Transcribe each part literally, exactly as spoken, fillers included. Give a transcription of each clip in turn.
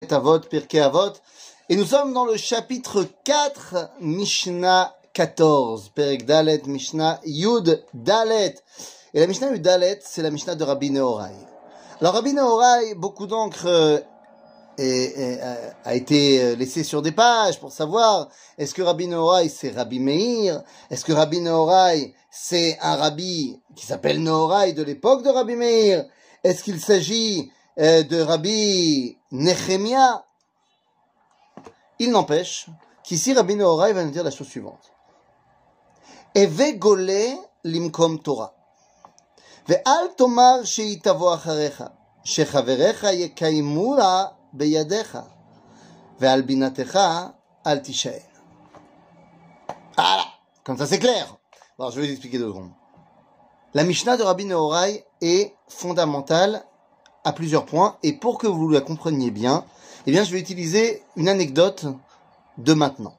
Masechet Avot, Pirkei Avot. Et nous sommes dans le chapitre quatre, Mishnah quatorze. Perek Dalet, Mishnah Yud Dalet. Et la Mishnah Yud Dalet, c'est la Mishnah de Rabbi Nehorai. Alors Rabbi Nehorai, beaucoup d'encre euh, est, est, a été laissée sur des pages pour savoir est-ce que Rabbi Nehorai c'est Rabbi Meir, est-ce que Rabbi Nehorai c'est un rabbi qui s'appelle Nehorai de l'époque de Rabbi Meir, est-ce qu'il s'agit euh, de Rabbi Nechemia? Il n'empêche qu'ici Rabbi Nehorai va nous dire la chose suivante. Eve gole limkom Torah. Ve'al tomar sheitavo acharecha. Shechaverecha yekaimura beyadecha. Ve'al binatecha al tishael. Voilà. Comme ça c'est clair. Alors je vais vous expliquer deux secondes. La Mishnah de Rabbi Nehorai est fondamentale à plusieurs points. Et pour que vous la compreniez bien, eh bien, je vais utiliser une anecdote de maintenant.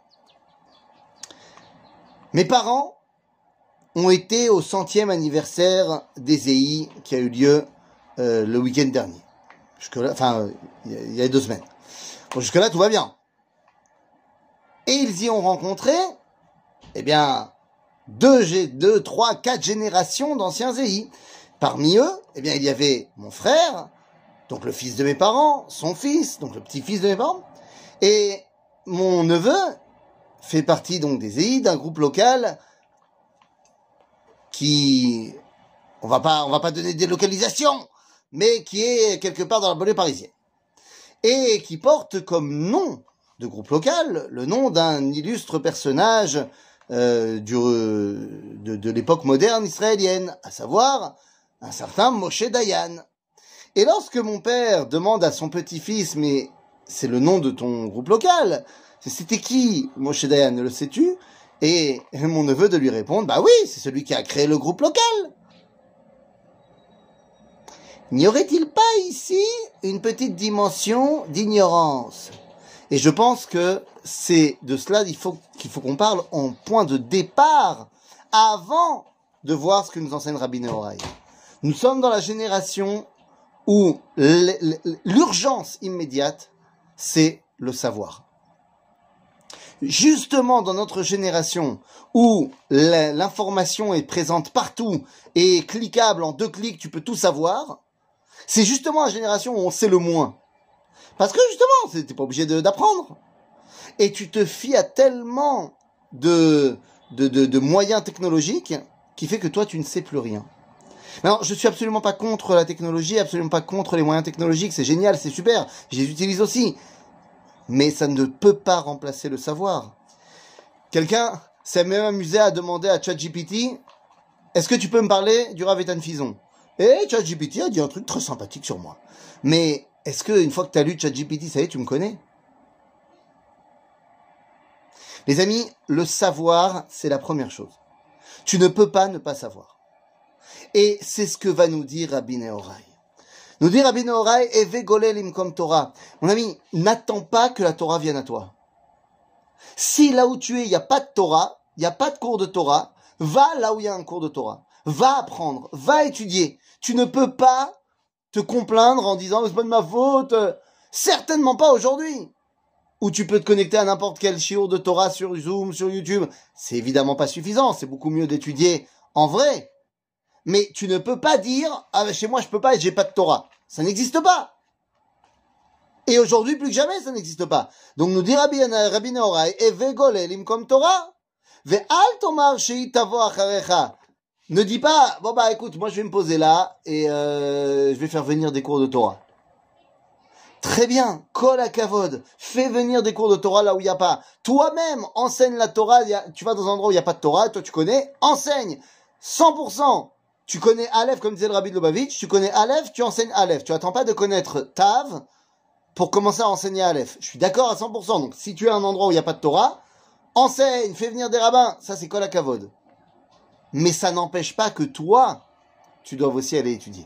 Mes parents ont été au centième anniversaire d'Ézéi qui a eu lieu euh, le week-end dernier. Jusque-là, enfin, euh, il y a deux semaines. Bon, jusque-là, tout va bien. Et ils y ont rencontré, eh bien, deux, deux, trois, quatre générations d'anciens Zéi. Parmi eux, eh bien, il y avait mon frère, donc le fils de mes parents, son fils, donc le petit-fils de mes parents, et mon neveu fait partie donc des Zéi, d'un groupe local qui, on va pas, on va pas donner des localisations, mais qui est quelque part dans la banlieue parisienne, et qui porte comme nom de groupe local le nom d'un illustre personnage euh, du, de, de l'époque moderne israélienne, à savoir un certain Moshe Dayan. Et lorsque mon père demande à son petit-fils, mais c'est le nom de ton groupe local, c'était qui Moshe Dayan, le sais-tu? Et mon neveu de lui répondre, bah oui, c'est celui qui a créé le groupe local. N'y aurait-il pas ici une petite dimension d'ignorance? Et je pense que c'est de cela qu'il faut, qu'il faut qu'on parle en point de départ, avant de voir ce que nous enseigne Rabbi Nehorai. Nous sommes dans la génération où l'urgence immédiate, c'est le savoir. Justement, dans notre génération où l'information est présente partout et cliquable en deux clics, tu peux tout savoir, c'est justement la génération où on sait le moins. Parce que justement, t'es pas obligé d'apprendre. Et tu te fies à tellement de, de, de, de moyens technologiques qui fait que toi, tu ne sais plus rien. Alors, je suis absolument pas contre la technologie, absolument pas contre les moyens technologiques, c'est génial, c'est super, je les utilise aussi. Mais ça ne peut pas remplacer le savoir. Quelqu'un s'est même amusé à demander à ChatGPT, est-ce que tu peux me parler du Rav Eitan Fison? Et ChatGPT a dit un truc très sympathique sur moi. Mais est-ce que une fois que tu as lu ChatGPT, ça y est, tu me connais? Les amis, le savoir, c'est la première chose. Tu ne peux pas ne pas savoir. Et c'est ce que va nous dire Rabbi Nehorai. Nous dit Rabbi Nehorai, Eve gole limkom Torah. Mon ami, n'attends pas que la Torah vienne à toi. Si là où tu es, il n'y a pas de Torah, il n'y a pas de cours de Torah, va là où il y a un cours de Torah. Va apprendre, va étudier. Tu ne peux pas te complaindre en disant, c'est pas de ma faute. Certainement pas aujourd'hui. Où tu peux te connecter à n'importe quel shiur de Torah sur Zoom, sur YouTube. C'est évidemment pas suffisant. C'est beaucoup mieux d'étudier en vrai. Mais tu ne peux pas dire, ah ben chez moi je peux pas et j'ai pas de Torah. Ça n'existe pas. Et aujourd'hui plus que jamais ça n'existe pas. Donc nous dit Rabbi, Rabbi Nehorai, Eve gole limkom Torah, ve'al tomar sheitavo acharecha. Ne dis pas, bon bah écoute, moi je vais me poser là et euh, je vais faire venir des cours de Torah. Très bien, kol hakavod, fais venir des cours de Torah là où il n'y a pas. Toi-même enseigne la Torah, y a, tu vas dans un endroit où il n'y a pas de Torah, toi tu connais, enseigne, cent pour cent. Tu connais Aleph, comme disait le Rabbi de Lubavitch, tu connais Aleph, tu enseignes Aleph. Tu attends pas de connaître Tav pour commencer à enseigner Aleph. Je suis d'accord à cent pour cent. Donc, si tu es à un endroit où il n'y a pas de Torah, enseigne, fais venir des rabbins. Ça, c'est kol hakavod. Mais ça n'empêche pas que toi, tu dois aussi aller étudier.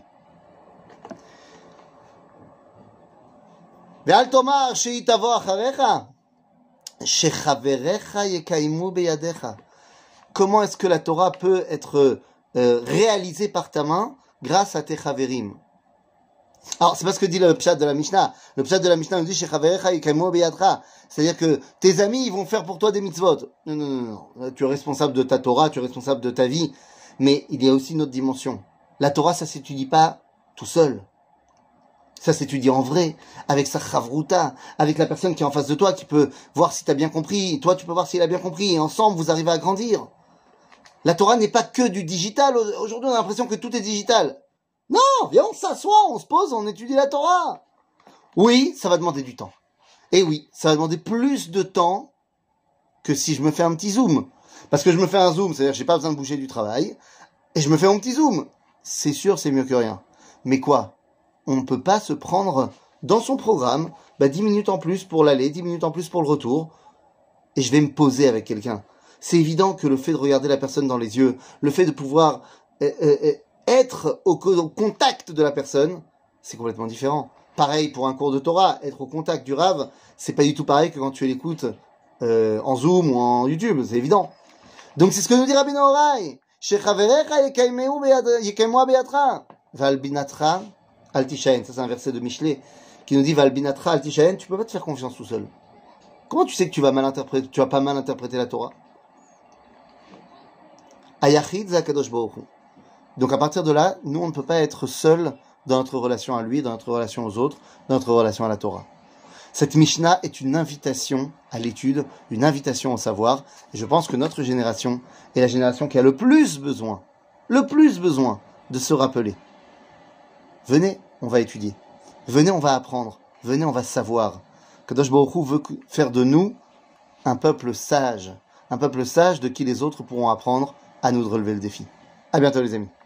Ve'al tomar sheitavo acharecha, shechaverecha yekaimu beyadecha. Comment est-ce que la Torah peut être euh, réalisée par ta main grâce à tes chaverim? Alors, c'est pas ce que dit le pshat de la Mishnah. Le pshat de la Mishnah nous dit, c'est-à-dire que tes amis, ils vont faire pour toi des mitzvot. Non, non, non, non. Tu es responsable de ta Torah, tu es responsable de ta vie. Mais il y a aussi une autre dimension. La Torah, ça s'étudie pas tout seul. Ça s'étudie en vrai, avec sa chavruta, avec la personne qui est en face de toi, qui peut voir si tu as bien compris, toi tu peux voir s'il a bien compris, et ensemble vous arrivez à grandir. La Torah n'est pas que du digital. Aujourd'hui on a l'impression que tout est digital. Non, viens, on s'assoit, on se pose, on étudie la Torah. Oui, ça va demander du temps. Et oui, ça va demander plus de temps que si je me fais un petit zoom. Parce que je me fais un zoom, c'est-à-dire que j'ai pas besoin de bouger du travail, et je me fais mon petit zoom. C'est sûr, c'est mieux que rien. Mais quoi? On ne peut pas se prendre dans son programme bah, dix minutes en plus pour l'aller, dix minutes en plus pour le retour, et je vais me poser avec quelqu'un. C'est évident que le fait de regarder la personne dans les yeux, le fait de pouvoir euh, euh, être au, au contact de la personne, c'est complètement différent. Pareil pour un cours de Torah, être au contact du Rav, c'est pas du tout pareil que quand tu l'écoutes euh, en Zoom ou en YouTube, c'est évident. Donc c'est ce que nous dit Rabbi Norai. Shechaverecha yekemua beyatra, valbinatra altishaen. Ça c'est un verset de Michelet qui nous dit valbinatra altishaen. Tu peux pas te faire confiance tout seul. Comment tu sais que tu vas mal interpréter, tu vas pas mal interpréter la Torah? Ayachid zakadosh baruch hu. Donc à partir de là, nous on ne peut pas être seul dans notre relation à lui, dans notre relation aux autres, dans notre relation à la Torah. Cette Mishnah est une invitation à l'étude, une invitation au savoir. Et je pense que notre génération est la génération qui a le plus besoin, le plus besoin de se rappeler. Venez, on va étudier. Venez, on va apprendre. Venez, on va savoir. Kadosh Baruch Hu veut faire de nous un peuple sage. Un peuple sage de qui les autres pourront apprendre à nous de relever le défi. À bientôt les amis.